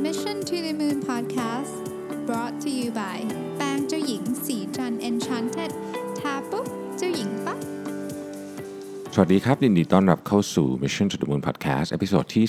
Mission to the Moon Podcast brought to you by แป้งเจ้าหญิงสีจัน Enchanted ทาปุ๊บเจ้าหญิงปั๊บสวัสดีครับยินดีต้อนรับเข้าสู่ Mission to the Moon Podcast เอพิโซดที่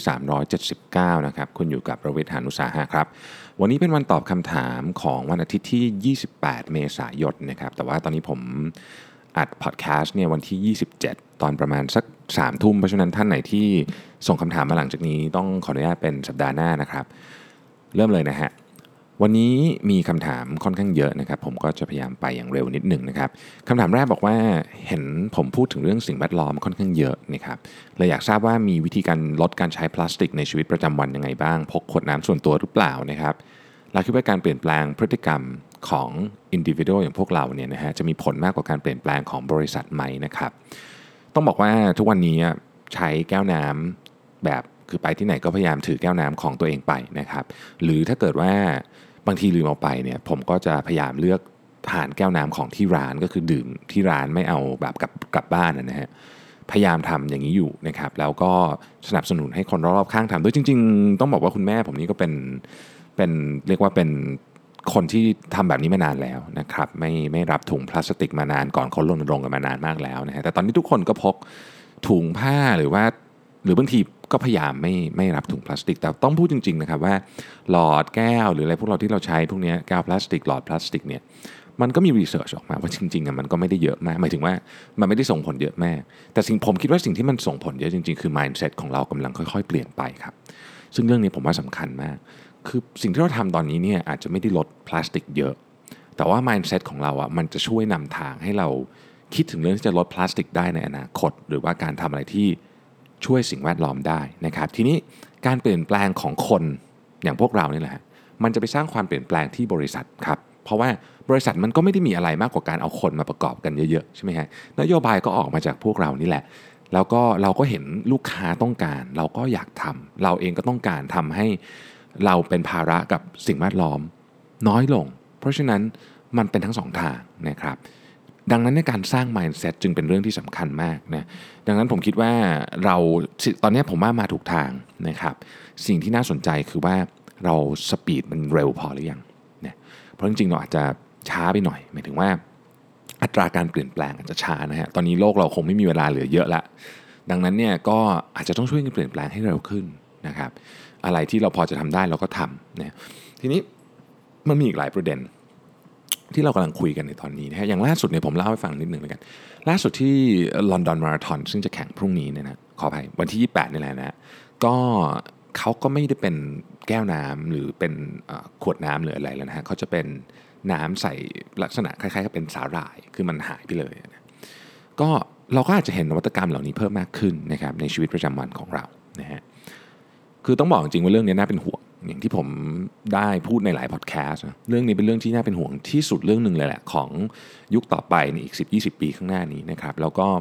379นะครับคุณอยู่กับประวิทย์ หาญอุตสาหะครับวันนี้เป็นวันตอบคำถามของวันอาทิตย์ที่28เมษายนนะครับแต่ว่าตอนนี้ผมอัดพอดแคสต์เนี่ยวันที่27ตอนประมาณสัก 3 ทุ่มเพราะฉะนั้นท่านไหนที่ส่งคำถามมาหลังจากนี้ต้องขออนุญาตเป็นสัปดาห์หน้านะครับเริ่มเลยนะฮะวันนี้มีคำถามค่อนข้างเยอะนะครับผมก็จะพยายามไปอย่างเร็วนิดหนึ่งนะครับคำถามแรกบอกว่าเห็นผมพูดถึงเรื่องสิ่งแวดล้อมค่อนข้างเยอะนะครับเลยอยากทราบว่ามีวิธีการลดการใช้พลาสติกในชีวิตประจำวันยังไงบ้างพกขวดน้ำส่วนตัวหรือเปล่านะครับเราคิดว่าการเปลี่ยนแปลงพฤติกรรมของ individual อย่างพวกเราเนี่ยนะฮะจะมีผลมากกว่าการเปลี่ยนแปลงของบริษัทไหมนะครับต้องบอกว่าทุกวันนี้ใช้แก้วน้ำแบบคือไปที่ไหนก็พยายามถือแก้วน้ำของตัวเองไปนะครับหรือถ้าเกิดว่าบางทีลืมเอาไปเนี่ยผมก็จะพยายามเลือกทานแก้วน้ำของที่ร้านก็คือดื่มที่ร้านไม่เอาแบบกลับบ้านนะฮะพยายามทำอย่างนี้อยู่นะครับแล้วก็สนับสนุนให้คนรอบๆข้างทำด้วยจริงๆต้องบอกว่าคุณแม่ผมนี่ก็เป็นเรียกว่าเป็นคนที่ทำแบบนี้มานานแล้วนะครับไม่รับถุงพลาสติกมานานก่อนคนรณรงค์กันมานานมากแล้วนะฮะแต่ตอนนี้ทุกคนก็พกถุงผ้าหรือบางทีก็พยายามไม่รับถุงพลาสติกแต่ต้องพูดจริงๆนะครับว่าหลอดแก้วหรืออะไรพวกเราที่เราใช้พวกนี้แก้วพลาสติกหลอดพลาสติกเนี่ยมันก็มีรีเสิร์ชออกมาว่าจริงๆมันก็ไม่ได้เยอะมากหมายถึงว่ามันไม่ได้ส่งผลเยอะมากแต่ผมคิดว่าสิ่งที่มันส่งผลเยอะจริงๆคือ mindset ของเรากำลังค่อยๆเปลี่ยนไปครับซึ่งเรื่องนี้ผมว่าสำคัญมากคือสิ่งที่เราทำตอนนี้เนี่ยอาจจะไม่ได้ลดพลาสติกเยอะแต่ว่า mindset ของเรามันจะช่วยนำทางให้เราคิดถึงเรื่องที่จะลดพลาสติกได้ในอนาคตหรือว่าการทำอะไรที่ช่วยสิ่งแวดล้อมได้นะครับทีนี้การเปลี่ยนแปลงของคนอย่างพวกเรานี่แหละมันจะไปสร้างความเปลี่ยนแปลงที่บริษัทครับเพราะว่าบริษัทมันก็ไม่ได้มีอะไรมากกว่าการเอาคนมาประกอบกันเยอะๆใช่ไหมฮะนโยบายก็ออกมาจากพวกเรานี่แหละแล้วก็เราก็เห็นลูกค้าต้องการเราก็อยากทำเราเองก็ต้องการทำให้เราเป็นภาระกับสิ่งแวดล้อมน้อยลงเพราะฉะนั้นมันเป็นทั้งสองทางนะครับดังนั้นในการสร้าง mindset จึงเป็นเรื่องที่สำคัญมากนะดังนั้นผมคิดว่าตอนนี้ผมว่ามาถูกทางนะครับสิ่งที่น่าสนใจคือว่าเราสปีดมันเร็วพอหรือยังนะเพราะจริงๆเราอาจจะช้าไปหน่อยหมายถึงว่าอัตราการเปลี่ยนแปลงอาจจะช้านะฮะตอนนี้โลกเราคงไม่มีเวลาเหลือเยอะละดังนั้นเนี่ยก็อาจจะต้องช่วยกันเปลี่ยนแปลงให้เร็วขึ้นนะครับอะไรที่เราพอจะทำได้เราก็ทำนะทีนี้มันมีอีกหลายประเด็นที่เรากำลังคุยกันในตอนนี้นะฮะอย่างล่าสุดเนี่ยผมเล่าให้ฟังนิดนึงแล้วกันล่าสุดที่ลอนดอนมาราธอนซึ่งจะแข่งพรุ่งนี้เนี่ยนะขออภัยวันที่28นี่แหละนะก็เขาก็ไม่ได้เป็นแก้วน้ำหรือเป็นขวดน้ำหรืออะไรแล้วนะฮะเขาจะเป็นน้ำใส่ลักษณะคล้ายๆกับเป็นสาหร่ายคือมันหายไปเลยนะก็เราก็อาจจะเห็นนวัตกรรมเหล่านี้เพิ่มมากขึ้นนะครับในชีวิตประจำวันของเรานะฮะคือต้องบอกจริงว่าเรื่องนี้น่าเป็นห่วงอย่างที่ผมได้พูดในหลายพอดแคสต์เรื่องนี้เป็นเรื่องที่น่าเป็นห่วงที่สุดเรื่องนึงเลยแหละของยุคต่อไปในอีก 10-20 ปีข้างหน้านี้นะครับแล้วก็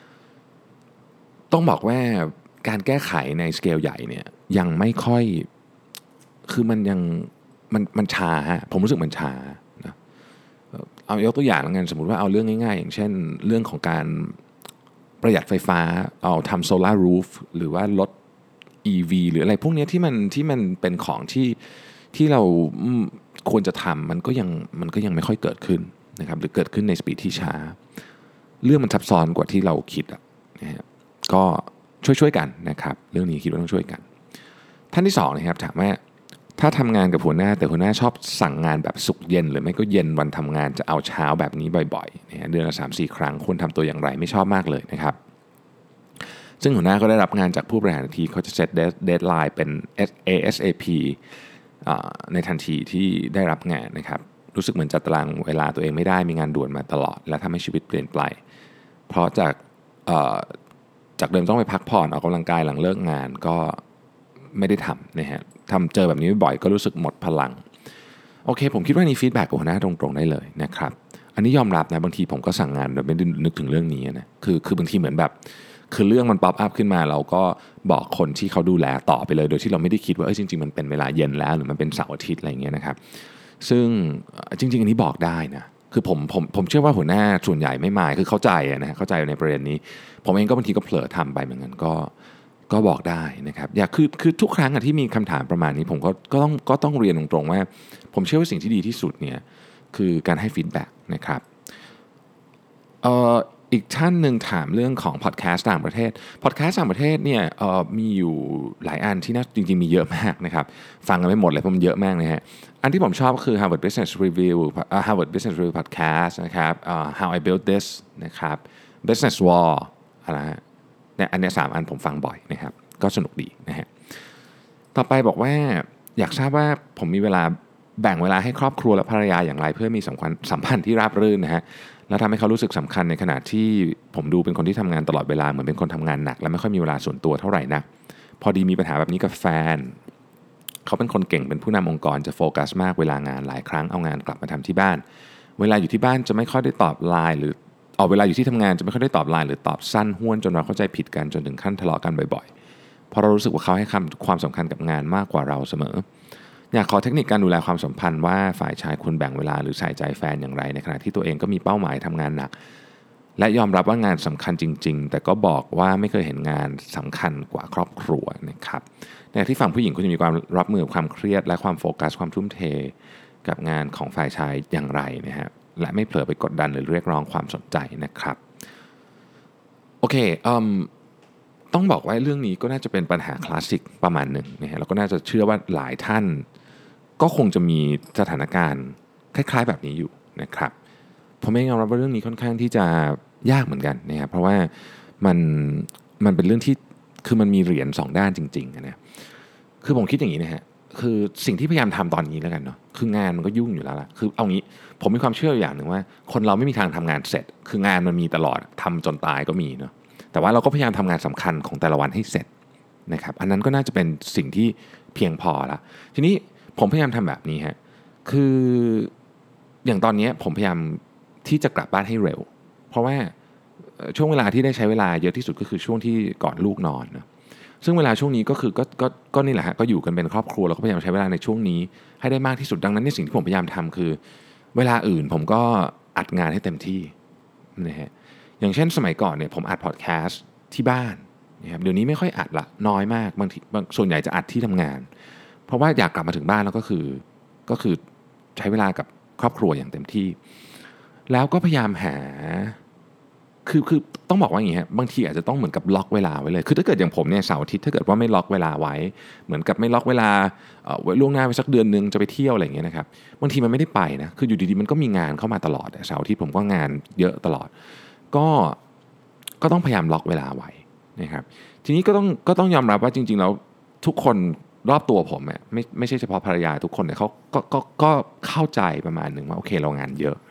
ต้องบอกว่าการแก้ไขในสเกลใหญ่เนี่ยยังไม่ค่อยคือมันยังมันช้าผมรู้สึกมันช้านะเอายกตัวอย่างแล้วกันสมมุติว่าเอาเรื่องง่ายๆอย่างเช่นเรื่องของการประหยัดไฟฟ้าเอาทำโซลาร์รูฟหรือว่าลดEV หรืออะไรพวกนี้ที่มันเป็นของที่เราควรจะทำมันก็ยังไม่ค่อยเกิดขึ้นนะครับหรือเกิดขึ้นในสปีดที่ช้าเรื่องมันซับซ้อนกว่าที่เราคิดนะฮะก็ช่วยกันนะครับเรื่องนี้คิดว่าต้องช่วยกันท่านที่2นะครับถามว่าถ้าทำงานกับหัวหน้าแต่หัวหน้าชอบสั่งงานแบบสุกเย็นหรือไม่ก็เย็นวันทำงานจะเอาเช้าแบบนี้บ่อยๆนะฮะเดือนละ 3-4 ครั้งควรทำตัวอย่างไรไม่ชอบมากเลยนะครับซึ่งหัวหน้าก็ได้รับงานจากผู้บริหารทันทีเขาจะเซตเดดไลน์เป็น ASAP ในทันทีที่ได้รับงานนะครับรู้สึกเหมือนจัดตารางเวลาตัวเองไม่ได้มีงานด่วนมาตลอดและทำให้ชีวิตเปลี่ยนไปเพราะจากเดิมต้องไปพักผ่อนออกกำลังกายหลังเลิกงานก็ไม่ได้ทำนะฮะเจอแบบนี้บ่อยก็รู้สึกหมดพลังโอเคผมคิดว่านี่ฟีดแบ็กกับหัวหน้าตรงๆได้เลยนะครับอันนี้ยอมรับนะบางทีผมก็สั่งงานโดยไม่ได้นึกถึงเรื่องนี้นะคือบางทีเหมือนแบบคือเรื่องมันป๊อปอัพขึ้นมาเราก็บอกคนที่เขาดูแลต่อไปเลยโดยที่เราไม่ได้คิดว่าจริงๆมันเป็นเวลาเย็นแล้วหรือมันเป็นเสาร์อาทิตย์อะไรอย่างเงี้ยนะครับซึ่งจริงๆอันนี้บอกได้นะคือผมเชื่อว่าหัวหน้าส่วนใหญ่ไม่มายคือเข้าใจนะเข้าใจในประเด็นนี้ผมเองก็บางทีก็เผลอทำไปเหมือนกันก็ก็บอกได้นะครับคือทุกครั้งที่มีคำถามประมาณนี้ผมก็ต้องเรียนตรงๆว่าผมเชื่อว่าสิ่งที่ดีที่สุดเนี่ยคือการให้ฟีดแบ็กนะครับอีกท่านหนึ่งถามเรื่องของพอดแคสต์ต่างประเทศพอดแคสต์ต่างประเทศเนี่ยมีอยู่หลายอันที่น่าจริงๆมีเยอะมากนะครับฟังกันไม่หมดเลยเพราะมันเยอะมากนะฮะอันที่ผมชอบก็คือ Harvard Business Review Harvard Business Review Podcast นะครับHow I Built This นะครับ Business War อะไรฮะเนี่ยอันนี้3อันผมฟังบ่อยนะครับก็สนุกดีนะฮะต่อไปบอกว่าอยากทราบว่าผมมีเวลาแบ่งเวลาให้ครอบครัวและภรรยาอย่างไรเพื่อมีสัมพันธ์ที่ราบรื่นนะฮะแล้วทำให้เขารู้สึกสำคัญในขณะที่ผมดูเป็นคนที่ทำงานตลอดเวลาเหมือนเป็นคนทำงานหนักและไม่ค่อยมีเวลาส่วนตัวเท่าไหร่นักพอดีมีปัญหาแบบนี้กับแฟนเขาเป็นคนเก่งเป็นผู้นำองค์กรจะโฟกัสมากเวลางานหลายครั้งเอางานกลับมาทำที่บ้านเวลาอยู่ที่บ้านจะไม่ค่อยได้ตอบไลน์หรือเวลาอยู่ที่ทำงานจะไม่ค่อยได้ตอบไลน์หรือตอบสั้นห้วนจนเราเข้าใจผิดกันจนถึงขั้นทะเลาะกันบ่อยๆเพราะเรารู้สึกว่าเขาให้ความสำคัญกับงานมากกว่าเราเสมออยากขอเทคนิคการดูแลความสัมพันธ์ว่าฝ่ายชายควรแบ่งเวลาหรือใส่ใจแฟนอย่างไรในขณะที่ตัวเองก็มีเป้าหมายทำงานหนักและยอมรับว่างานสำคัญจริงๆแต่ก็บอกว่าไม่เคยเห็นงานสำคัญกว่าครอบครัวนะครับในที่ฝั่งผู้หญิงคุณจะมีความรับมือกับความเครียดและความโฟกัสความทุ่มเทกับงานของฝ่ายชายอย่างไรนะฮะและไม่เผลอไปกดดันหรือเรียกร้องความสนใจนะครับโอเคต้องบอกว่าเรื่องนี้ก็น่าจะเป็นปัญหาคลาสสิกประมาณหนึ่งนะฮะแล้วก็น่าจะเชื่อว่าหลายท่านก็คงจะมีสถานการณ์คล้ายๆแบบนี้อยู่นะครับผมเองยอมรับว่าเรื่องนี้ค่อนข้างที่จะยากเหมือนกันนะครับเพราะว่ามันเป็นเรื่องที่คือมันมีเหรียญ2ด้านจริงๆนะคือผมคิดอย่างนี้นะฮะคือสิ่งที่พยายามทำตอนนี้แล้วกันเนาะคืองานมันก็ยุ่งอยู่แล้วล่ะคือเอางี้ผมมีความเชื่ออย่างหนึ่งว่าคนเราไม่มีทางทำงานเสร็จคืองานมันมีตลอดทำจนตายก็มีเนาะแต่ว่าเราก็พยายามทำงานสำคัญของแต่ละวันให้เสร็จนะครับอันนั้นก็น่าจะเป็นสิ่งที่เพียงพอละทีนี้ผมพยายามทำแบบนี้ฮะคืออย่างตอนนี้ผมพยายามที่จะกลับบ้านให้เร็วเพราะว่าช่วงเวลาที่ได้ใช้เวลาเยอะที่สุดก็คือช่วงที่ก่อนลูกนอนนะซึ่งเวลาช่วงนี้ก็คือก็นี่แหละฮะก็อยู่กันเป็นครอบครัวแล้วก็พยายามใช้เวลาในช่วงนี้ให้ได้มากที่สุดดังนั้นในสิ่งที่ผมพยายามทำคือเวลาอื่นผมก็อัดงานให้เต็มที่นะฮะอย่างเช่นสมัยก่อนเนี่ยผมอัดพอดแคสต์ที่บ้านนะครับเดี๋ยวนี้ไม่ค่อยอัดละน้อยมากบางทีส่วนใหญ่จะอัดที่ทำงานเพราะว่าอยากกลับมาถึงบ้านแล้วก็คือใช้เวลากับครอบครัวอย่างเต็มที่แล้วก็พยายามหาคือต้องบอกว่าอย่างนี้ฮะบางทีอาจจะต้องเหมือนกับล็อกเวลาไว้เลยคือถ้าเกิดอย่างผมเนี่ยเสาร์อาทิตย์ถ้าเกิดว่าไม่ล็อกเวลาไว้เหมือนกับไม่ล็อกเวลาล่วงหน้าไปสักเดือนนึงจะไปเที่ยวอะไรอย่างเงี้ยนะครับบางทีมันไม่ได้ไปนะคืออยู่ดีๆมันก็มีงานเข้ามาตลอดเสาร์อาทิตย์ผมก็งานเยอะตลอดก็ต้องพยายามล็อกเวลาไว้นะครับทีนี้ก็ต้องยอมรับว่าจริงๆแล้วทุกคนรอบตัวผมเนี่ยไม่ใช่เฉพาะภรรยาทุกคนเนี่ยเขาก็เข้าใจประมาณหนึ่งว่าโอเคเรางานเยอะ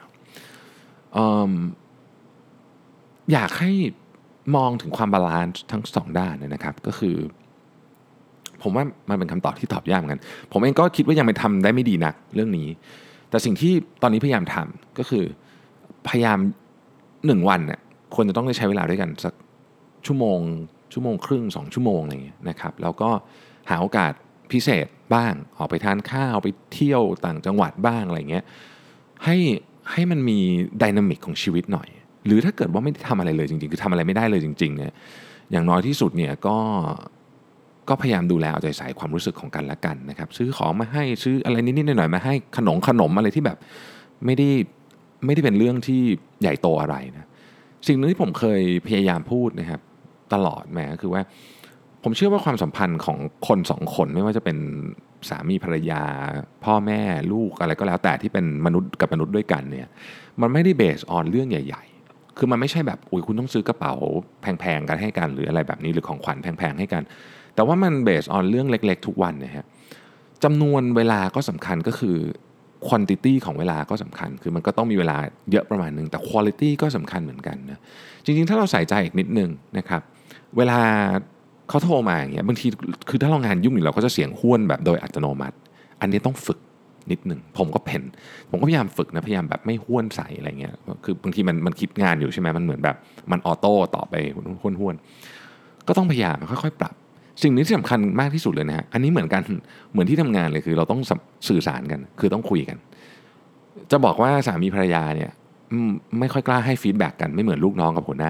อยากให้มองถึงความบาลานซ์ทั้ง2ด้านนะครับก็คือผมว่ามันเป็นคำตอบที่ตอบยากเหมือนกันผมเองก็คิดว่ายังไม่ทำได้ไม่ดีนักเรื่องนี้แต่สิ่งที่ตอนนี้พยายามทำก็คือพยายาม1วันเนี่ยควรจะต้องได้ใช้เวลาด้วยกันสักชั่วโมงครึ่ง2ชั่วโมงอะไรอย่างเงี้ยนะครับแล้วก็หาโอกาสพิเศษบ้างออกไปทานข้าวไปเที่ยวต่างจังหวัดบ้างอะไรอย่างเงี้ยให้มันมีไดนามิกของชีวิตหน่อยหรือถ้าเกิดว่าไม่ได้ทำอะไรเลยจริงๆคือทำอะไรไม่ได้เลยจริงๆเนี่ยอย่างน้อยที่สุดเนี่ยก็พยายามดูแลเอาใจใส่ความรู้สึกของกันและกันนะครับซื้อของมาให้ซื้ออะไรนิดๆหน่อยๆมาให้ขนมอะไรที่แบบไม่ได้เป็นเรื่องที่ใหญ่โตอะไรนะสิ่งนึงที่ผมเคยพยายามพูดนะครับตลอดแม้คือว่าผมเชื่อว่าความสัมพันธ์ของคน2คนไม่ว่าจะเป็นสามีภรรยาพ่อแม่ลูกอะไรก็แล้วแต่ที่เป็นมนุษย์กับมนุษย์ด้วยกันเนี่ยมันไม่ได้เบสออนเรื่องใหญ่ๆคือมันไม่ใช่แบบอุ๊ยคุณต้องซื้อกระเป๋าแพงๆกันให้กันหรืออะไรแบบนี้หรือของขวัญแพงๆให้กันแต่ว่ามันเบสออนเรื่องเล็กๆทุกวันนะฮะจำนวนเวลาก็สำคัญก็คือquantity ของเวลาก็สำคัญคือมันก็ต้องมีเวลาเยอะประมาณนึงแต่ quality ก็สำคัญเหมือนกันนะจริงๆถ้าเราใส่ใจอีกนิดนึงนะครับเวลาเขาโทรมาอย่างเงี้ยบางทีคือถ้าเรางานยุ่งอยู่เราก็จะเสียงห้วนแบบโดยอัตโนมัติอันนี้ต้องฝึกนิดนึงผมก็พยายามฝึกนะพยายามแบบไม่ห้วนใส่อะไรเงี้ยคือบางทีมันคิดงานอยู่ใช่ไหมมันเหมือนแบบมันออโต้ต่อไปห้วนก็ต้องพยายามค่อยๆปรับสิ่งนี้ที่สำคัญมากที่สุดเลยนะฮะอันนี้เหมือนที่ทำงานเลยคือเราต้องสื่อสารกันคือต้องคุยกันจะบอกว่าสามีภรรยาเนี่ยไม่ค่อยกล้าให้ฟีดแบ็กกันไม่เหมือนลูกน้องกับหัวหน้านะ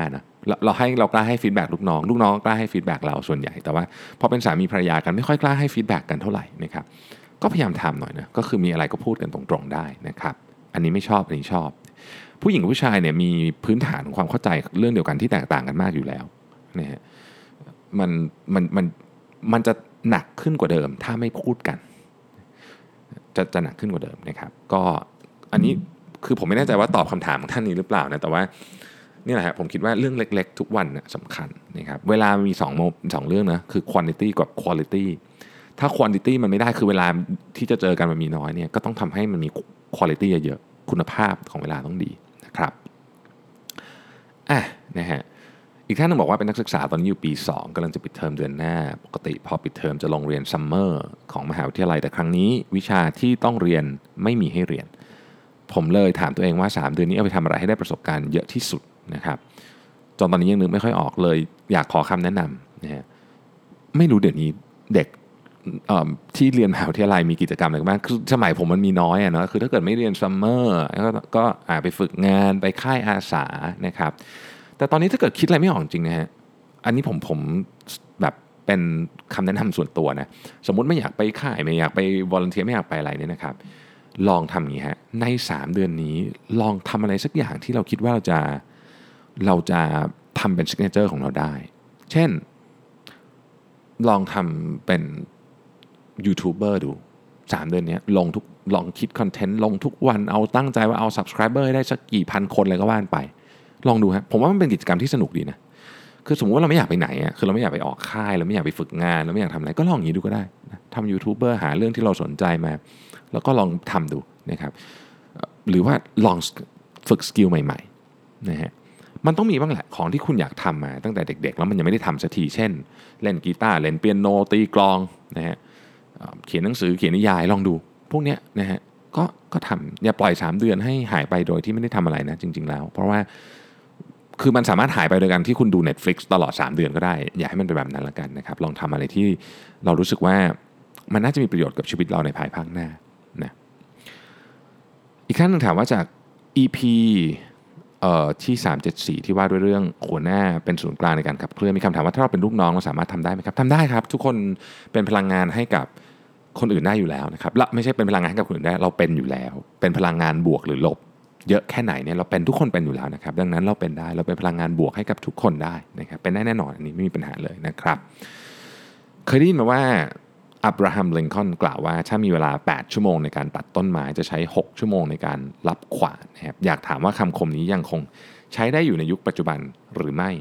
เรากล้าให้ฟีดแบ็กลูกน้องก็กล้าให้ฟีดแบ็กเราส่วนใหญ่แต่ว่าพอเป็นสามีภรรยากันไม่ค่อยกล้าให้ฟีดแบ็กกันเท่าไหร่นะครับก็พยายามทำหน่อยนะก็คือมีอะไรก็พูดกันตรงๆได้นะครับอันนี้ไม่ชอบอันนี้ชอบผู้หญิงกับผู้ชายเนี่ยมีพื้นฐานของความเข้าใจเรื่องเดียวกันที่แตกต่างกันมากอยู่แล้วนะฮะมันจะหนักขึ้นกว่าเดิมถ้าไม่พูดกันจะหนักขึ้นกว่าเดิมนะครับก็อันนี้คือผมไม่แน่ใจว่าตอบคำถามของท่านนี้หรือเปล่านะแต่ว่านี่แหละครับผมคิดว่าเรื่องเล็กๆทุกวันนะสำคัญนะครับเวลามี2เรื่องนะคือ quantity กับ quality ถ้า quantity มันไม่ได้คือเวลาที่จะเจอกันมันมีน้อยเนี่ยก็ต้องทำให้มันมี quality เยอะๆคุณภาพของเวลาต้องดีนะครับนะฮะอีกท่านนึงบอกว่าเป็นนักศึกษาตอนนี้อยู่ปี2กำลังจะปิดเทอมเดือนหน้าปกติพอปิดเทอมจะลงเรียนซัมเมอร์ของมหาวิทยาลัยแต่ครั้งนี้วิชาที่ต้องเรียนไม่มีให้เรียนผมเลยถามตัวเองว่า3เดือนนี้เอาไปทำอะไรให้ได้ประสบการณ์เยอะที่สุดนะครับจนตอนนี้ยังนึกไม่ค่อยออกเลยอยากขอคำแนะนำนะฮะไม่รู้เดี๋ยวนี้เด็กที่เรียนมหาวิทยาลัยมีกิจกรรมอะไรบ้างคือสมัยผมมันมีน้อยเนาะคือถ้าเกิดไม่เรียนซัมเมอร์ก็ไปฝึกงานไปค่ายอาสานะครับแต่ตอนนี้ถ้าเกิดคิดอะไรไม่ออกจริงนะฮะอันนี้ผมแบบเป็นคำแนะนำส่วนตัวนะสมมุติไม่อยากไปค่ายไม่อยากไปวอลันเทียร์ไม่อยากไปอะไรเนี่ยนะครับลองทำอย่างนี้ฮะใน3เดือนนี้ลองทำอะไรสักอย่างที่เราคิดว่าเราจะทำเป็นซิกเนเจอร์ของเราได้เช่นลองทำเป็นยูทูบเบอร์ดู3เดือนนี้ลองคิดคอนเทนต์ลงทุกวันเอาตั้งใจว่าเอา subscriber ให้ได้สักกี่พันคนอะไรก็ว่านไปลองดูฮะผมว่ามันเป็นกิจกรรมที่สนุกดีนะคือสมมติว่าเราไม่อยากไปไหนอ่ะคือเราไม่อยากไปออกค่ายเราไม่อยากไปฝึกงานเราไม่อยากทำอะไรก็ลองอย่างนี้ดูก็ได้นะทำยูทูบเบอร์หาเรื่องที่เราสนใจมาแล้วก็ลองทำดูนะครับหรือว่าลองฝึกสกิลใหม่ๆนะฮะมันต้องมีบ้างแหละของที่คุณอยากทำมาตั้งแต่เด็กๆแล้วมันยังไม่ได้ทำสักทีเช่นเล่นกีตาร์เล่นเปียโนตีกลองนะฮะเขียนหนังสือเขียนนิยายลองดูพวกเนี้ยนะฮะก็ทำอย่าปล่อย3เดือนให้หายไปโดยที่ไม่ได้ทำอะไรนะจริงๆแล้วเพราะว่าคือมันสามารถหายไปโดยการที่คุณดู Netflix ตลอด3เดือนก็ได้อย่าให้มันเป็นแบบนั้นละกันนะครับลองทำอะไรที่เรารู้สึกว่ามันน่าจะมีประโยชน์กับชีวิตเราในภายภาคหน้านะอีกขั้นหนึ่งถามว่าจาก EP ที่374ที่ว่าด้วยเรื่องหัวหน้าเป็นศูนย์กลางในการขับเคลื่อนมีคำถามว่าถ้าเราเป็นลูกน้องเราสามารถทำได้ไหมครับทำได้ครับทุกคนเป็นพลังงานให้กับคนอื่นได้อยู่แล้วนะครับและไม่ใช่เป็นพลังงานให้กับคนอื่นได้เราเป็นอยู่แล้วเป็นพลังงานบวกหรือลบเยอะแค่ไหนเนี่ยเราเป็นทุกคนเป็นอยู่แล้วนะครับดังนั้นเราเป็นได้เราเป็นพลังงานบวกให้กับทุกคนได้นะครับเป็นได้แน่นอนอันนี้ไม่มีปัญหาเลยนะครับเคยได้ยินมาว่าอับราฮัมลิงคอล์นกล่าวว่าถ้ามีเวลา8ชั่วโมงในการตัดต้นไม้จะใช้6ชั่วโมงในการรับขวานนะครับอยากถามว่าคำคมนี้ยังคงใช้ได้อยู่ในยุคปัจจุบันหรือไม่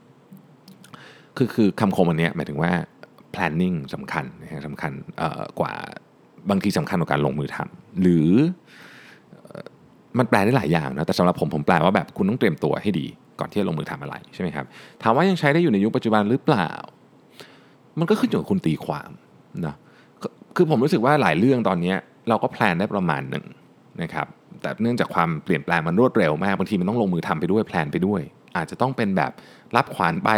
คือคำคมอันนี้หมายถึงว่า planning สำคัญนะสำคัญกว่าบางทีสำคัญกว่าการลงมือทำหรือมันแปลได้หลายอย่างนะแต่สำหรับผมแปลว่าแบบคุณต้องเตรียมตัวให้ดีก่อนที่จะลงมือทำอะไรใช่ไหมครับถามว่ายังใช้ได้อยู่ในยุคปัจจุบันหรือเปล่ามันก็ขึ้นอยู่กับคุณตีความนะคือผมรู้สึกว่าหลายเรื่องตอนนี้เราก็แพลนได้ประมาณหนึ่งนะครับแต่เนื่องจากความเปลี่ยนแปลงมันรวดเร็วมากบางทีมันต้องลงมือทำไปด้วยแพลนไปด้วยอาจจะต้องเป็นแบบรับขวานไป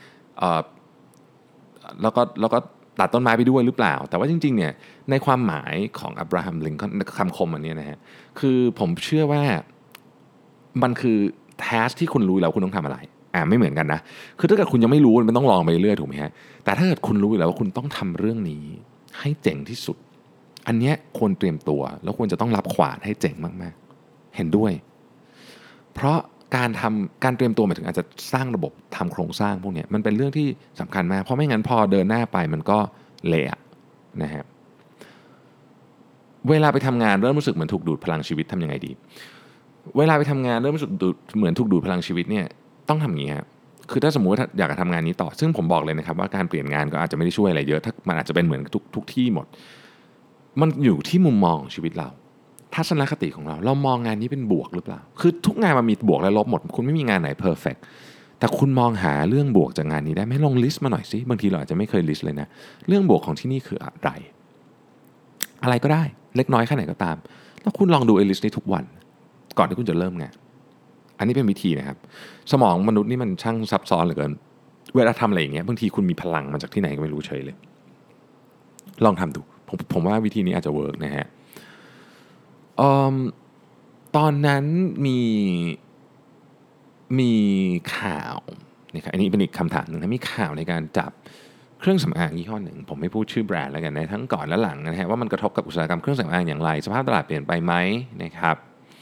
แล้วก็ตัดต้นไม้ไปด้วยหรือเปล่าแต่ว่าจริงๆเนี่ยในความหมายของอับราฮัมลิงคอล์นคำคมอันนี้นะฮะคือผมเชื่อว่ามันคือแทสที่คุณรู้แล้วคุณต้องทำอะไรไม่เหมือนกันนะคือถ้าเกิดคุณยังไม่รู้มันต้องลองไปเรื่อยถูกไหมฮะแต่ถ้าเกิดคุณรู้แล้วว่าคุณต้องทำเรื่องนี้ให้เจ๋งที่สุดอันเนี้ยควรเตรียมตัวแล้วควรจะต้องรับขวานให้เจ๋งมากๆเห็นด้วยเพราะการเตรียมตัวหมายถึงอาจจะสร้างระบบทำโครงสร้างพวกนี้มันเป็นเรื่องที่สำคัญมากเพราะไม่งั้นพอเดินหน้าไปมันก็เละนะฮะเวลาไปทำงานเริ่มรู้สึกเหมือนถูกดูดพลังชีวิตทำยังไงดีเวลาไปทำงานเริ่มรู้สึกเหมือนถูกดูดพลังชีวิตเนี่ยต้องทำอย่างนี้ครับคือถ้าสมมุติว่าอยากจะทำงานนี้ต่อซึ่งผมบอกเลยนะครับว่าการเปลี่ยนงานก็อาจจะไม่ได้ช่วยอะไรเยอะถ้ามันอาจจะเป็นเหมือนทุกที่หมดมันอยู่ที่มุมมองของชีวิตเราทัศนคติของเรามองงานนี้เป็นบวกหรือเปล่าคือทุกงานมันมีบวกและลบหมดคุณไม่มีงานไหนเพอร์เฟกต์แต่คุณมองหาเรื่องบวกจากงานนี้ได้ไหมลองลิสต์มาหน่อยสิบางทีเราอาจจะไม่เคยลิสต์เลยนะเรื่องบวกของที่นี่คืออะไรก็ได้เล็กน้อยแค่ไหนก็ตามแล้วคุณลองดูไอ้ลิสต์นี้ทุกวันก่อนที่คุณจะเริ่มงานอันนี้เป็นวิธีนะครับสมองมนุษย์นี่มันช่างซับซ้อนเหลือเกินเวลาทำอะไรอย่างเงี้ยบางทีคุณมีพลังมาจากที่ไหนก็ไม่รู้เฉยเลยลองทำดูผมว่าวิธีนี้อาจจะเวิร์กนะฮะตอนนั้นมีข่าวนะครับอันนี้เป็นอีกคำถามหนึ่งมีข่าวในการจับเครื่องสำอางยี่ห้อหนึ่งผมไม่พูดชื่อแบรนด์แล้วกันนะทั้งก่อนและหลังนะฮะว่ามันกระทบกับอุตสาหกรรมเครื่องสำอางอย่างไรสภาพตลาดเปลี่ยนไปไหมนะครับ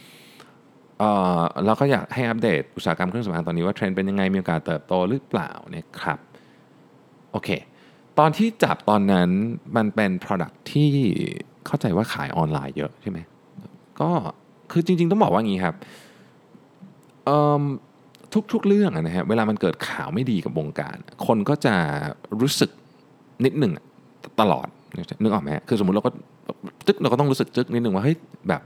เราก็อยากให้อัปเดตอุตสาหกรรมเครื่องสำอางตอนนี้ว่าเทรนด์เป็นยังไงมีโอกาสเติบโตหรือเปล่านะครับโอเคตอนที่จับตอนนั้นมันเป็น product ที่เข้าใจว่าขายออนไลน์เยอะใช่ไหมก็คือจริงๆต้องบอกว่างี้ครับทุกๆเรื่องนะฮะเวลามันเกิดข่าวไม่ดีกับวงการคนก็จะรู้สึกนิดหนึ่งตลอดนึกออกไหมคือสมมุติเราก็ต้องรู้สึกจึ๊กนิดหนึ่งว่าเฮ้ยแบบ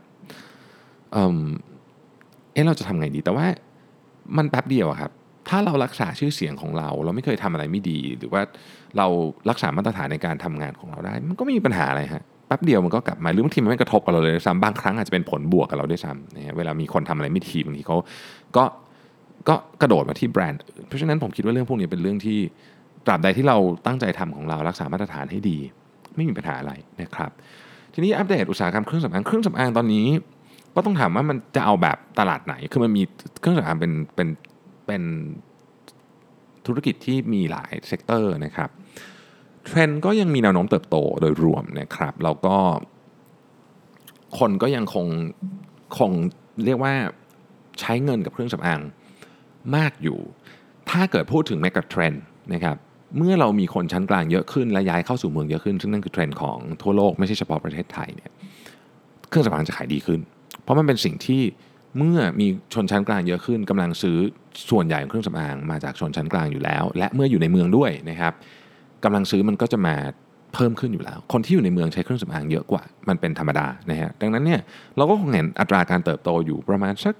เราจะทำไงดีแต่ว่ามันแป๊บเดียวครับถ้าเรารักษาชื่อเสียงของเราไม่เคยทำอะไรไม่ดีหรือว่าเรารักษามาตรฐานในการทำงานของเราได้มันก็ไม่มีปัญหาอะไรฮะแป๊บเดียวมันก็กลับมาหรือบางทีมันไม่กระทบกับเราเลยซ้ำบางครั้งอาจจะเป็นผลบวกกับเราด้วยซ้ำนะฮะเวลามีคนทำอะไรไม่ดีบางทีเขาก็กระโดดมาที่แบรนด์อื่นเพราะฉะนั้นผมคิดว่าเรื่องพวกนี้เป็นเรื่องที่ตราบใดที่เราตั้งใจทำของเรารักษามาตรฐานให้ดีไม่มีปัญหาอะไรนะครับทีนี้อัปเดตอุตสาหกรรมเครื่องสำอางตอนนี้ก็ต้องถามว่ามันจะเอาแบบตลาดไหนคือมันมีเครื่องสำอางเป็นธุรกิจที่มีหลายเซกเตอร์นะครับเทรนด์ก็ยังมีแนวโน้มเติบโตโดยรวมนะครับแล้วก็คนก็ยังคงเรียกว่าใช้เงินกับเครื่องสำอางมากอยู่ถ้าเกิดพูดถึงเมกะเทรนด์นะครับเมื่อเรามีคนชั้นกลางเยอะขึ้นและย้ายเข้าสู่เมืองเยอะขึ้นซึ่งนั่นคือเทรนด์ของทั่วโลกไม่ใช่เฉพาะประเทศไทยเนี่ยเครื่องสำอางจะขายดีขึ้นเพราะมันเป็นสิ่งที่เมื่อมีชนชั้นกลางเยอะขึ้นกำลังซื้อส่วนใหญ่ของเครื่องสำอางมาจากชนชั้นกลางอยู่แล้วและเมื่ออยู่ในเมืองด้วยนะครับกำลังซื้อมันก็จะมาเพิ่มขึ้นอยู่แล้วคนที่อยู่ในเมืองใช้เครื่องสำอางเยอะกว่ามันเป็นธรรมดานะฮะดังนั้นเนี่ยเราก็คงเห็นอัตราการเติบโตอยู่ประมาณสัก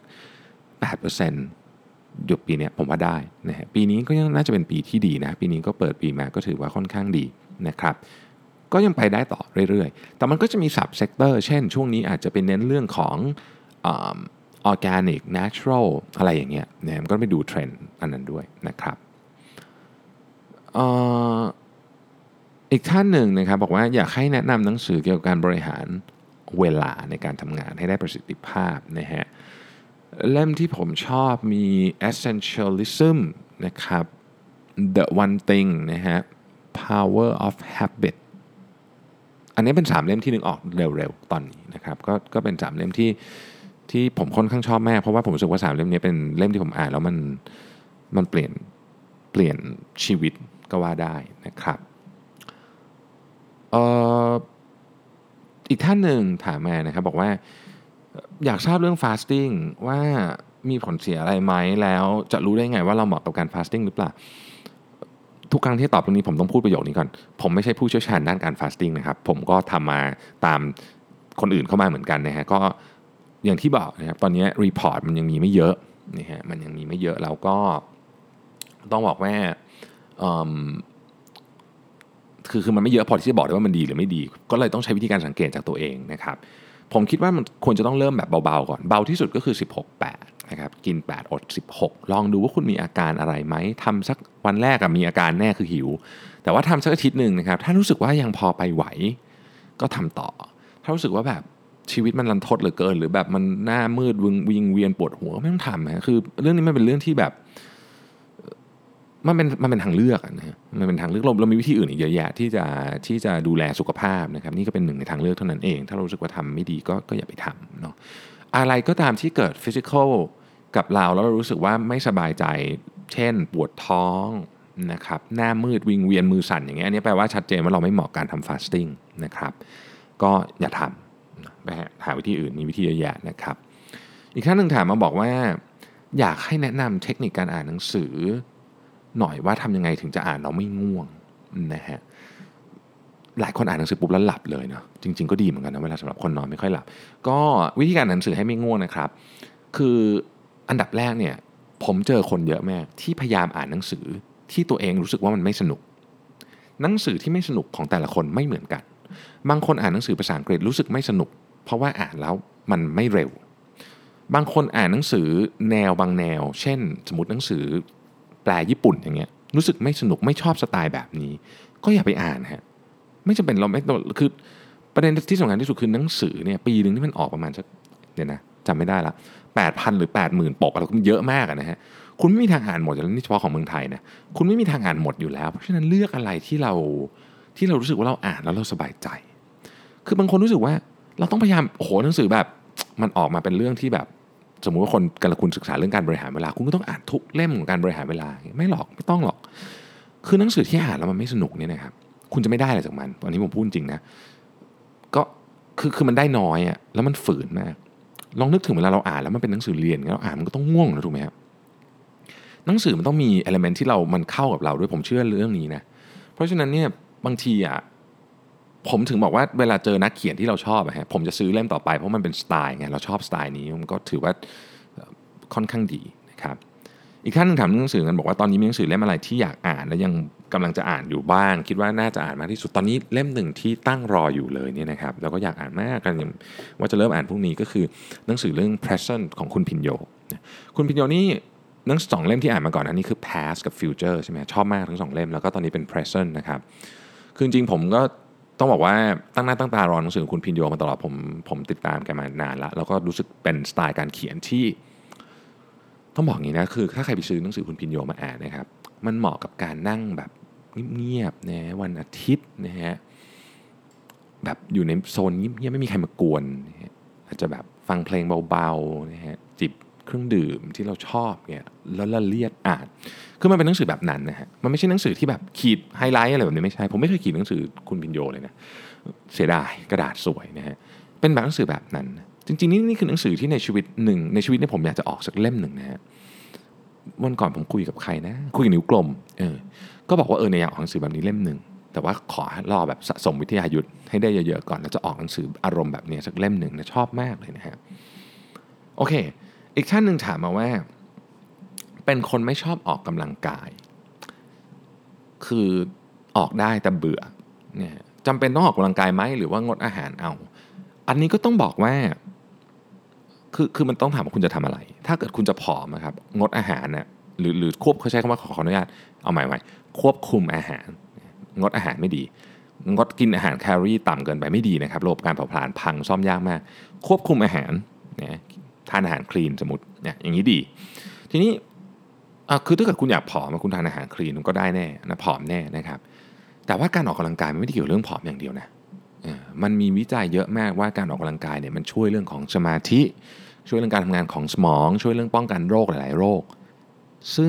8% หยุดปีนี้ผมว่าได้นะฮะปีนี้ก็ยังน่าจะเป็นปีที่ดีนะปีนี้ก็เปิดปีมาก็ถือว่าค่อนข้างดีนะครับก็ยังไปได้ต่อเรื่อยๆแต่มันก็จะมีซับเซกเตอร์เช่นช่วงนี้อาจจะเป็นเน้นเรื่องของออร์แกนิกเนเชอรัลอะไรอย่างเงี้ยนะมันก็ไปดูเทรนด์อันนั้นด้วยนะครับอีกท่านหนึ่งนะครับบอกว่าอยากให้แนะนำหนังสือเกี่ยวกับการบริหารเวลาในการทำงานให้ได้ประสิทธิภาพนะฮะเล่มที่ผมชอบมี Essentialism นะครับ The One Thing นะฮะ Power of Habit อันนี้เป็น3เล่มที่นึกออกเร็วๆตอนนี้นะครับก็เป็น3เล่มที่ผมค่อนข้างชอบมากเพราะว่าผมรู้สึกว่า3เล่มนี้เป็นเล่มที่ผมอ่านแล้วมันเปลี่ยนชีวิตก็ว่าได้นะครับอีกท่านหนึ่งถามมานะครับบอกว่าอยากทราบเรื่อง fasting ว่ามีผลเสียอะไรไหมแล้วจะรู้ได้ไงว่าเราเหมาะกับการ fasting หรือเปล่าทุกครั้งที่ตอบตรงนี้ผมต้องพูดประโยคนี้ก่อนผมไม่ใช่ผู้เชี่ยวชาญด้านการ fasting นะครับผมก็ทำมาตามคนอื่นเข้ามาเหมือนกันนะฮะก็อย่างที่บอกนะครับตอนนี้ report มันยังมีไม่เยอะนะฮะมันยังมีไม่เยอะแล้วก็ต้องบอกว่าคือมันไม่เยอะพอที่จะบอกได้ว่ามันดีหรือไม่ดีก็เลยต้องใช้วิธีการสังเกตจากตัวเองนะครับผมคิดว่ามันควรจะต้องเริ่มแบบเบาๆก่อนเบาที่สุดก็คือ 16-8 นะครับกิน8อด16ลองดูว่าคุณมีอาการอะไรไหมทำสักวันแรกมีอาการแน่คือหิวแต่ว่าทำสักอาทิตย์นึงนะครับถ้ารู้สึกว่ายังพอไปไหวก็ทำต่อถ้ารู้สึกว่าแบบชีวิตมันรันทดเหลือเกินหรือแบบมันหน้ามืดวิงเวียนปวดหัวไม่ต้องทำนะคือเรื่องนี้มันเป็นเรื่องที่แบบมันเป็นทางเลือกนะฮะมันเป็นทางเลือกเรามีวิธีอื่นอีกเยอะแยะที่จะดูแลสุขภาพนะครับนี่ก็เป็นหนึ่งในทางเลือกเท่านั้นเองถ้าเรารู้สึกว่าทำไม่ดีก็อย่าไปทำเนาะอะไรก็ตามที่เกิดฟิสิกอลกับเราแล้วเรารู้สึกว่าไม่สบายใจเช่นปวดท้องนะครับหน้ามืดวิงเวียนมือสั่นอย่างเงี้ยอันนี้แปลว่าชัดเจนว่าเราไม่เหมาะการทำฟาสติ้งนะครับก็อย่าทำไปหาวิธีอื่นมีวิธีเยอะแยะนะครับอีกท่านหนึ่งถามมาบอกว่าอยากให้แนะนำเทคนิคการอ่านหนังสือหน่อยว่าทำยังไงถึงจะอ่านเราไม่ง่วงนะฮะหลายคนอ่านหนังสือปุ๊บแล้วหลับเลยเนาะจริงๆก็ดีเหมือนกันนะเวลาสำหรับคนนอนไม่ค่อยหลับก็วิธีการอ่านหนังสือให้ไม่ง่วงนะครับคืออันดับแรกเนี่ยผมเจอคนเยอะมากที่พยายามอ่านหนังสือที่ตัวเองรู้สึกว่ามันไม่สนุกหนังสือที่ไม่สนุกของแต่ละคนไม่เหมือนกันบางคนอ่านหนังสือภาษาอังกฤษรู้สึกไม่สนุกเพราะว่าอ่านแล้วมันไม่เร็วบางคนอ่านหนังสือแนวบางแนวเช่นสมมติหนังสือแปลญี่ปุ่นอย่างเงี้ยรู้สึกไม่สนุกไม่ชอบสไตล์แบบนี้ก็อย่าไปอ่านฮะไม่จำเป็นเราไม่คือประเด็นที่สำคัญที่สุดคือหนังสือเนี่ยปีนึงที่มันออกประมาณสักเดี๋ยวนะจำไม่ได้ละ 8,000 หรือ 80,000 ปกอะไรก็เยอะมากนะฮะคุณไม่มีทางอ่านหมดแล้วนี่เฉพาะของเมืองไทยนะคุณไม่มีทางอ่านหมดอยู่แล้วเพราะฉะนั้นเลือกอะไรที่เรารู้สึกว่าเราอ่านแล้วเราสบายใจคือบางคนรู้สึกว่าเราต้องพยายามโอ้โหหนังสือแบบมันออกมาเป็นเรื่องที่แบบสมมุติว่าคนกำลังคุณศึกษาเรื่องการบริหารเวลาคุณก็ต้องอ่านทุกเล่มของการบริหารเวลาไม่ต้องหรอกคือหนังสือที่อ่านแล้วมันไม่สนุกเนี่ยนะครับคุณจะไม่ได้อะไรจากมันตอนนี้ผมพูดจริงนะก็คือมันได้น้อยอ่ะแล้วมันฝืนมากลองนึกถึงเวลาเราอ่านแล้วมันเป็นหนังสือเรียนเราอ่านมันก็ต้องง่วงนะถูกไหมครับหนังสือมันต้องมีเอลิเมนต์ที่มันเข้ากับเราด้วยผมเชื่อเรื่องนี้นะเพราะฉะนั้นเนี่ยบางทีอ่ะผมถึงบอกว่าเวลาเจอนักเขียนที่เราชอบอะฮะผมจะซื้อเล่มต่อไปเพราะมันเป็นสไตล์ไงเราชอบสไตล์นี้มันก็ถือว่าค่อนข้างดีนะครับอีกท่านนึงถามหนังสือกันบอกว่าตอนนี้มีหนังสือเล่มอะไรที่อยากอ่านและยังกำลังจะอ่านอยู่บ้างคิดว่าน่าจะอ่านมากที่สุดตอนนี้เล่มหนึ่งที่ตั้งรออยู่เลยเนี่ยนะครับแล้วก็อยากอ่านมากกันว่าจะเริ่มอ่านพรุ่งนี้ก็คือหนังสือเรื่อง present ของคุณพินโยคุณพินโยนี่หนังสือ2เล่มที่อ่านมาก่อนอันนี้คือ past กับ future ใช่ไหมชอบมากทั้ง2เล่มแล้วก็ตอนนี้เป็น present นะครับคือจริงๆผมก็ต้องบอกว่าตั้งหน้าตั้งตารอหนังสือคุณพินโยมาตลอดผมติดตามแกมานานแล้วก็รู้สึกเป็นสไตล์การเขียนที่ต้องบอกอย่างนี้นะคือถ้าใครไปซื้อหนังสือคุณพินโยมาอ่านนะครับมันเหมาะกับการนั่งแบบเงียบๆนะวันอาทิตย์นะฮะแบบอยู่ในโซนเงียบๆไม่มีใครมากวนนะฮะอาจจะแบบฟังเพลงเบาๆนะฮะจิบเครื่องดื่มที่เราชอบเนี่ยแล้วละเลียดอ่านคือมันเป็นหนังสือแบบนั้นนะฮะมันไม่ใช่หนังสือที่แบบขีดไฮไลท์อะไรแบบนี้ไม่ใช่ผมไม่เคยขีดหนังสือคุณพินโยเลยนะเสียดายกระดาษสวยนะฮะเป็นแบบหนังสือแบบนั้นจริงๆนี่คือหนังสือที่ในชีวิตนี่ผมอยากจะออกสักเล่มหนึ่งนะฮะวันก่อนผมคุยกับใครนะคุยกับนิ้วกลมก็บอกว่าเนี่ยอยากออกหนังสือแบบนี้เล่มหนึ่งแต่ว่าขอรอแบบสะสมวิทยายุทธให้ได้เยอะๆก่อนแล้วจะออกหนังสืออารมณ์แบบนี้สักเล่มหนึ่งนะชอบมากเลยนะฮะโอเคอีกท่านหนึ่งถามมาว่าเป็นคนไม่ชอบออกกำลังกายคือออกได้แต่เบื่อเนี่ยจำเป็นต้องออกกำลังกายไหมหรือว่างดอาหารเอาอันนี้ก็ต้องบอกว่าคือมันต้องถามว่าคุณจะทำอะไรถ้าเกิดคุณจะผอมนะครับงดอาหารเนี่ยหรือควบเขาใช้คำว่าขออนุญาตเอาใหม่ควบคุมอาหารงดอาหารไม่ดีงดกินอาหารแคลอรี่ต่ำเกินไปไม่ดีนะครับระบบการเผาผลาญพังซ่อมยากมากควบคุมอาหารนะทานอาหารคลีนสมมติเนี่ยอย่างนี้ดีทีนี้คือถ้าเกิดคุณอยากผอมคุณทานอาหารคลีนก็ได้แน่นะผอมแน่นะครับแต่ว่าการออกกำลังกายมันไม่ได้เกี่ยวเรื่องผอมอย่างเดียวนะมันมีวิจัยเยอะมากว่าการออกกำลังกายเนี่ยมันช่วยเรื่องของสมาธิช่วยเรื่องการทำงานของสมองช่วยเรื่องป้องกันโรคหลายๆโรคซึ่ง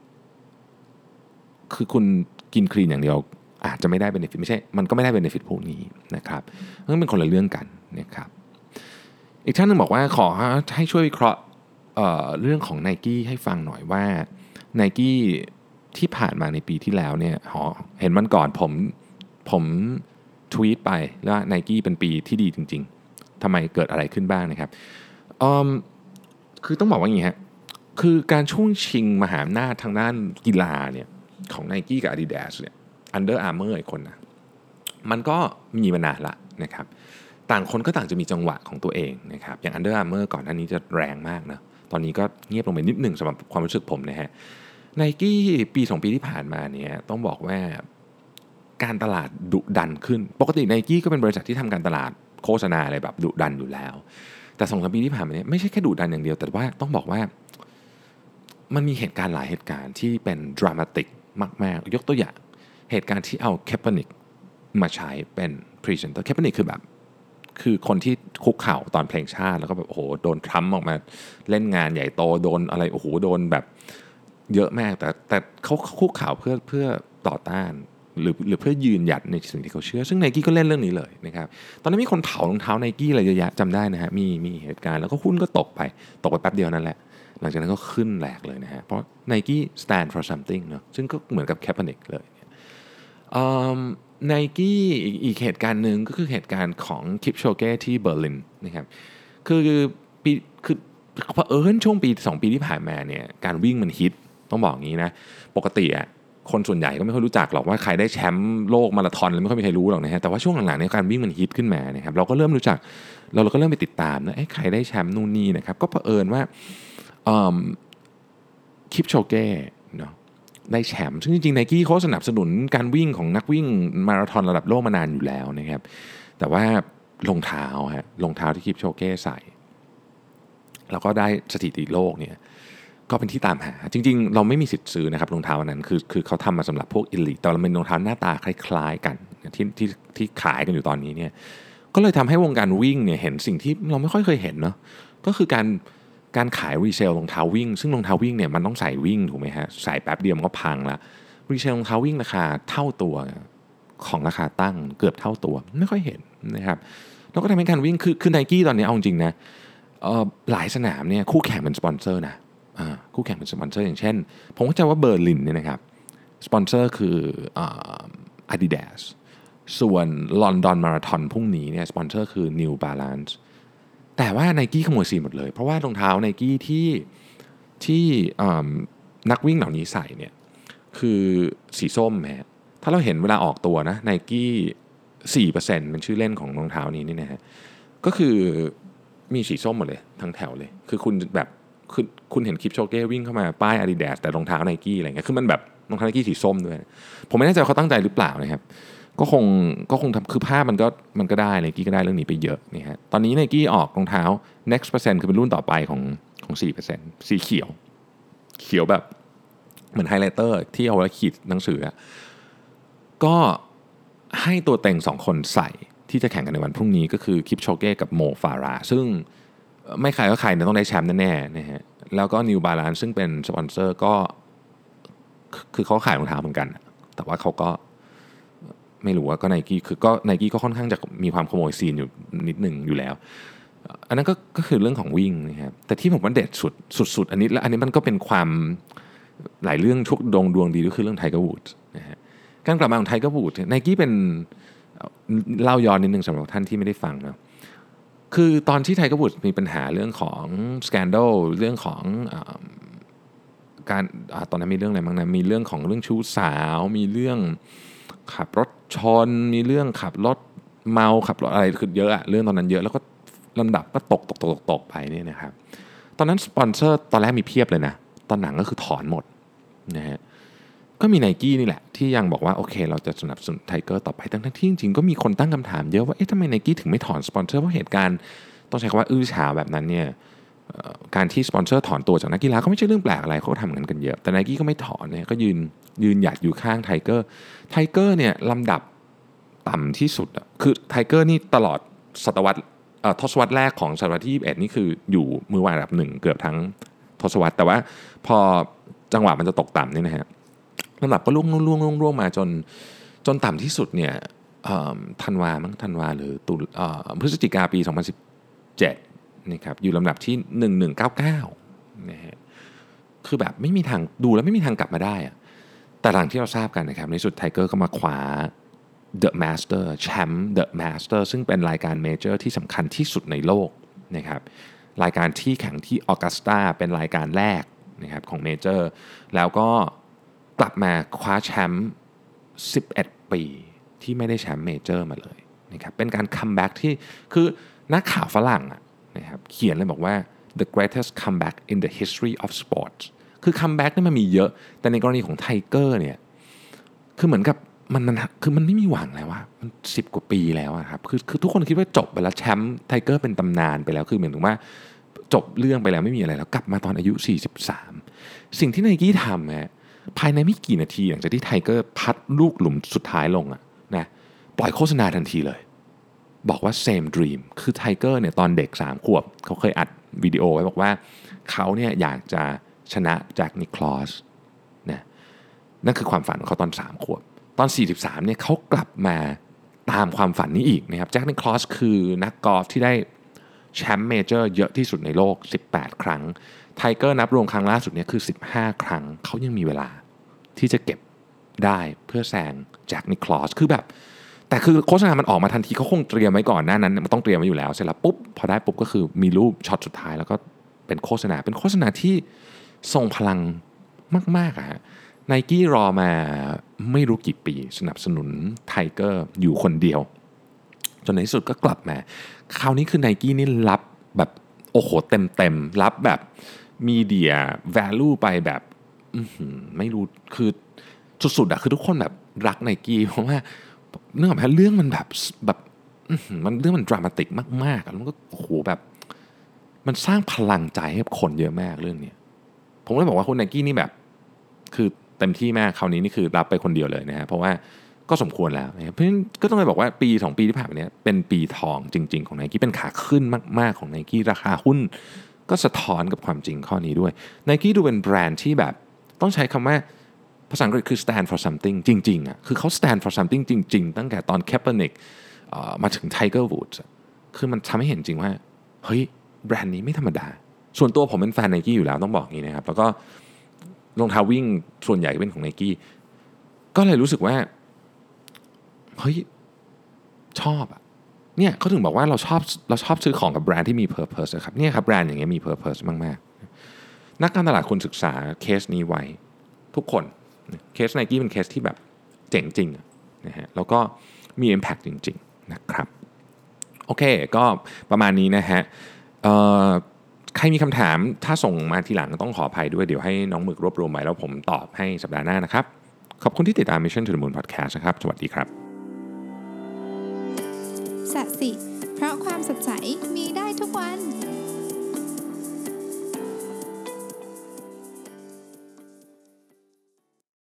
คือคุณกินคลีนอย่างเดียวอาจจะไม่ได้เบเนฟิตไม่ใช่มันก็ไม่ได้เบเนฟิตพวกนี้นะครับมันเป็นคนละเรื่องกันนะครับอีกท่านนึงบอกว่าขอให้ช่วยวิเคราะห์เรื่องของ Nike ให้ฟังหน่อยว่า Nike ที่ผ่านมาในปีที่แล้วเนี่ยเห็นวันก่อนผมทวีตไปว่า Nike เป็นปีที่ดีจริงๆทำไมเกิดอะไรขึ้นบ้างนะครับคือต้องบอกว่าอย่างนี้ฮะคือการช่วงชิงมหาอำนาจทางด้านกีฬาเนี่ยของ Nike กับ Adidas เนี่ย Under Armour อีกคนนะมันก็มีมานานละนะครับต่างคนก็ต่างจะมีจังหวะของตัวเองนะครับอย่าง Under Armour ก่อนหน้านี้จะแรงมากนะตอนนี้ก็เงียบลงไปนิดหนึ่งสำหรับความรู้สึกผมนะฮะ Nike ปี2ปีที่ผ่านมาเนี่ยต้องบอกว่าการตลาดดุดันขึ้นปกติ Nike ก็เป็นบริษัทที่ทำการตลาดโฆษณาอะไรแบบดุดันอยู่แล้วแต่2-3 ปีที่ผ่านมาเนี่ยไม่ใช่แค่ดุดันอย่างเดียวแต่ว่าต้องบอกว่ามันมีเหตุการณ์หลายเหตุการณ์ที่เป็นดรามาติกมากๆยกตัวอย่างเหตุการณ์ที่เอาเคปเปอร์นิกมาใช้เป็นพรีเซนเตอร์เคปเปอร์นิกคือคนที่คุกเข่าตอนเพลงชาติแล้วก็แบบโอ้โหโดนทรัมป์ออกมาเล่นงานใหญ่โตโดนอะไรโอ้โหโดนแบบเยอะมากแต่เขาคุกเข่าเพื่อต่อต้านหรือเพื่อยืนหยัดในสิ่งที่เขาเชื่อซึ่ง Nike ก็เล่นเรื่องนี้เลยนะครับตอนนั้นมีคนเผารองเท้า Nike อะไรเยอะแยะจำได้นะฮะมีเหตุการณ์แล้วก็หุ้นก็ตกไปแป๊บเดียวนั่นแหละหลังจากนั้นก็ขึ้นแหลกเลยนะฮะเพราะ Nike stand for something เนาะซึ่งก็เหมือนกับ Kaepernick เลยNike อีกเหตุการณ์หนึ่งก็คือเหตุการณ์ของคิปโชเก้ที่เบอร์ลินนะครับคือเผอิญช่วงปี2ปีที่ผ่านมาเนี่ยการวิ่งมันฮิตต้องบอกงี้นะปกติอะคนส่วนใหญ่ก็ไม่ค่อยรู้จักหรอกว่าใครได้แชมป์โลกมาราธอนไม่ค่อยมีใครรู้หรอกนะฮะแต่ว่าช่วงหลังๆเนี่ยการวิ่งมันฮิตขึ้นมานะครับเราก็เริ่มรู้จักเราก็เริ่มไปติดตามนะใครได้แชมป์นู่นนี่นะครับก็เผอิญว่าคิปโชเก้เนาะได้แชมป์ซึ่งจริงๆ Nike เขาสนับสนุนการวิ่งของนักวิ่งมาราธอนระดับโลกมานานอยู่แล้วนะครับแต่ว่ารองเท้าที่คิปโชเก้ใส่แล้วก็ได้สถิติโลกเนี่ยก็เป็นที่ตามหาจริงๆเราไม่มีสิทธิ์ซื้อนะครับรองเท้าอันนั้นคือเขาทำมาสำหรับพวก elite แต่มันเป็นรองเท้าหน้าตาคล้ายๆกันที่ขายกันอยู่ตอนนี้เนี่ยก็เลยทำให้วงการวิ่งเนี่ยเห็นสิ่งที่เราไม่ค่อยเคยเห็นเนาะก็คือการขายรีเซลรองเท้าวิ่งซึ่งรองเท้าวิ่งเนี่ยมันต้องใส่วิ่งถูกไหมฮะใส่แป๊บเดียวมันก็พังละรีเซลรองเท้าวิ่งราคาเท่าตัวของราคาตั้งเกือบเท่าตัวไม่ค่อยเห็นนะครับแล้วก็ทำให้การวิ่งคือ Nike ตอนนี้เอาจริงนะหลายสนามเนี่ยคู่แข่งเป็นสปอนเซอร์นะคู่แข่งเป็นสปอนเซอร์อย่างเช่นผมเข้าใจว่าเบอร์ลินเนี่ยนะครับสปอนเซอร์คือAdidas ส่วนลอนดอนมาราธอนพรุ่งนี้เนี่ยสปอนเซอร์คือ New Balance แต่ว่า Nike ขโมยซีนหมดเลยเพราะว่ารองเท้า Nike ที่นักวิ่งเหล่านี้ใส่เนี่ยคือสีส้มแม้ถ้าเราเห็นเวลาออกตัวนะ Nike 4% เป็นชื่อเล่นของรองเท้านี้นี่นะฮะก็คือมีสีส้มหมดเลยทั้งแถวเลยคือคุณเห็นคลิปโชเก้วิ่งเข้ามาป้าย Adidas แต่รองเท้า Nike อะไรเงี้ยคือมันแบบรองเท้า Nike สีส้มด้วยผมไม่แน่ใจว่าเขาตั้งใจหรือเปล่านะครับก็คงทำคือภาพมันก็ได้ Nike ก็ได้เรื่องนี้ไปเยอะนี่ฮะตอนนี้ Nike ออกรองเท้า Next Percent คือเป็นรุ่นต่อไปของ 4% สีเขียวแบบเหมือนไฮไลท์เตอร์ที่เอาไว้ขีดหนังสือก็ให้ตัวเต็ง2คนใส่ที่จะแข่งกันในวันพรุ่งนี้ก็คือคิปโชเก้กับโมฟาราซึ่งไม่ใครก็ใครเนี่ยต้องได้แชมป์แน่ๆนะฮะแล้วก็ New Balance ซึ่งเป็นสปอนเซอร์ก็คือเขาขายรองเท้าเหมือนกันแต่ว่าเขาก็ไม่รู้ว่าก็ Nike คือก็ Nike ก็ค่อนข้างจะมีความขโมยซีนอยู่นิดนึงอยู่แล้วอันนั้นก็คือเรื่องของวิ่งนะครับแต่ที่ผมว่าเด็ดสุดอันนี้และอันนี้มันก็เป็นความหลายเรื่องทุกดวงดีก็คือเรื่องไทเกอร์วูดส์นะฮะการกลับมาของไทเกอร์วูดส์ไนกี้เป็นเล่าย้อนนิดนึงสำหรับท่านที่ไม่ได้ฟังนะคือตอนที่ไทเกอร์วูดส์มีปัญหาเรื่องของสแกนโดลเรื่องของการตอนนั้นมีเรื่องอะไรบ้างนะมีเรื่องของเรื่องชู้สาวมีเรื่องขับรถชนมีเรื่องขับรถเมาขับรถอะไรคือเยอะอะเรื่องตอนนั้นเยอะแล้วก็ลำดับก็ตกไปเนี่ยนะครับตอนนั้นสปอนเซอร์ตอนแรกมีเพียบเลยนะตอนหลังก็คือถอนหมดนะฮะก็มี Nike นี่แหละที่ยังบอกว่าโอเคเราจะสนับสนุนไทเกอร์ต่อไปทั้งที่จริงๆก็มีคนตั้งคำถามเยอะว่าเอ๊ะทำไม Nike ถึงไม่ถอนสปอนเซอร์เพราะเหตุการณ์ต้องใช้คำว่าอื้อฉาวแบบนั้นเนี่ยการที่สปอนเซอร์ถอนตัวจากนักกีฬาก็ไม่ใช่เรื่องแปลกอะไรเขาก็ทำกันเยอะแต่ Nike ก็ไม่ถอนเนี่ยก็ยืนหยัดอยู่ข้างไทเกอร์เนี่ยลำดับต่ำที่สุดคือไทเกอร์นี่ตลอดศตวรรษทศวรรษแรกของศตวรรษที่21นี่คืออยู่มือวางอันดับ1เกือบทั้งทศวรรษแต่ว่าพอจังหวะมันจะตกต่ำนี่นะฮะลำดับก็ล่วงมาจนต่ำที่สุดเนี่ยธันวาหรือพฤศจิกาปี2017นะครับอยู่ลำดับที่1199นะฮะคือแบบไม่มีทางดูแล้วไม่มีทางกลับมาได้อะแต่หลังที่เราทราบกันนะครับในสุดไทเกอร์ก็มาคว้า The Master แชมป์ The Master ซึ่งเป็นรายการเมเจอร์ที่สำคัญที่สุดในโลกนะครับรายการที่แข่งที่ออกัสตาเป็นรายการแรกนะครับของเมเจอร์แล้วก็กลับมาคว้าแชมป์11ปีที่ไม่ได้แชมป์เมเจอร์มาเลยนะครับเป็นการคัมแบ็กที่คือนักข่าวฝรั่งนะครับเขียนเลยบอกว่า the greatest comeback in the history of sports คือคัมแบ็กนี่มันมีเยอะแต่ในกรณีของไทเกอร์เนี่ยคือเหมือนกับมันไม่มีหวังแล้วว่ามัน10 กว่าปีแล้วครับคือทุกคนคิดว่าจบไปแล้วแชมป์ไทเกอร์เป็นตำนานไปแล้วคือเหมือนถึงว่าจบเรื่องไปแล้วไม่มีอะไรแล้วกลับมาตอนอายุ43สิ่งที่ไนกี้ทำภายในไม่กี่นาทีหลังจากที่ไทเกอร์พัดลูกหลุมสุดท้ายลงนะปล่อยโฆษณาทันทีเลยบอกว่า same dream คือไทเกอร์เนี่ยตอนเด็ก3 ขวบเขาเคยอัดวิดีโอไว้บอกว่าเขาเนี่ยอยากจะชนะแจ็คนิคลอสนะนั่นคือความฝันของเขาตอน3 ขวบตอน43เนี่ยเขากลับมาตามความฝันนี้อีกนะครับแจ็คนิคลอสคือนักกอล์ฟที่ได้แชมป์เมเจอร์เยอะที่สุดในโลก18 ครั้งไทเกอร์นับรวมครั้งล่าสุดเนี่ยคือ15 ครั้งเขายังมีเวลาที่จะเก็บได้เพื่อแซงแจ็คนิคลอสคือแบบแต่คือโฆษณามันออกมาทันทีเขาคงเตรียมไว้ก่อนหน้านั้นมันต้องเตรียมไว้อยู่แล้วเสร็จแล้วปุ๊บพอได้ปุ๊บก็คือมีรูปช็อตสุดท้ายแล้วก็เป็นโฆษณาที่ทรงพลังมากๆไนกี้รอมาไม่รู้กี่ปีสนับสนุนไทเกอร์อยู่คนเดียวจนในที่สุดก็กลับมาคราวนี้คือไนกี้นี่รับแบบโอ้โหเต็มรับแบบมีเดียแวลูไปแบบไม่รู้คือสุดๆคือทุกคนแบบรักไนกี้เพราะว่าเนื่องจากเรื่องมันแบบมันเรื่องมันดรามาติกมากๆแล้วก็โอ้โหแบบมันสร้างพลังใจให้คนเยอะมากเรื่องนี้ผมเลยบอกว่าคุณ Nike นี่แบบคือเต็มที่มากคราวนี้นี่คือรับไปคนเดียวเลยนะฮะเพราะว่าก็สมควรแล้วนะเพราะฉะนั้นก็ต้องเลยบอกว่าปี2ปีที่ผ่านมานี้เป็นปีทองจริงๆของ Nike เป็นขาขึ้นมากๆของ Nike ราคาหุ้นก็สะท้อนกับความจริงข้อนี้ด้วย Nike ดูเป็นแบรนด์ที่แบบต้องใช้คำว่าภาษาอังกฤษคือ stand for something จริงๆอ่ะคือเขา stand for something จริงๆตั้งแต่ตอน Kaepernick มาถึง Tiger Woods คือมันทำให้เห็นจริงว่าเฮ้ยแบรนด์นี้ไม่ธรรมดาส่วนตัวผมเป็นแฟน Nike อยู่แล้วต้องบอกอย่างนี้นะครับแล้วก็รองเท้าวิ่งส่วนใหญ่เป็นของ Nike ก็เลยรู้สึกว่าเฮ้ยชอบอ่ะเนี่ยเขาถึงบอกว่าเราชอบซื้อของกับแบรนด์ที่มี purpose นะครับเนี่ยครับแบรนด์อย่างเงี้ยมี purpose มากๆนักการตลาดควรศึกษาเคสนี้ไว้ทุกคนเคส Nike เป็นเคสที่แบบเจ๋งจริงนะฮะแล้วก็มี impact จริงๆนะครับโอเคก็ประมาณนี้นะฮะใครมีคำถามถ้าส่งมาทีหลังต้องขออภัยด้วยเดี๋ยวให้น้องหมึกรวบรวมไว้แล้วผมตอบให้สัปดาห์หน้านะครับขอบคุณที่ติดตาม Mission to the Moon Podcast นะครับสวัสดีครับสัสิเพราะความสดใสมีได้ทุกวัน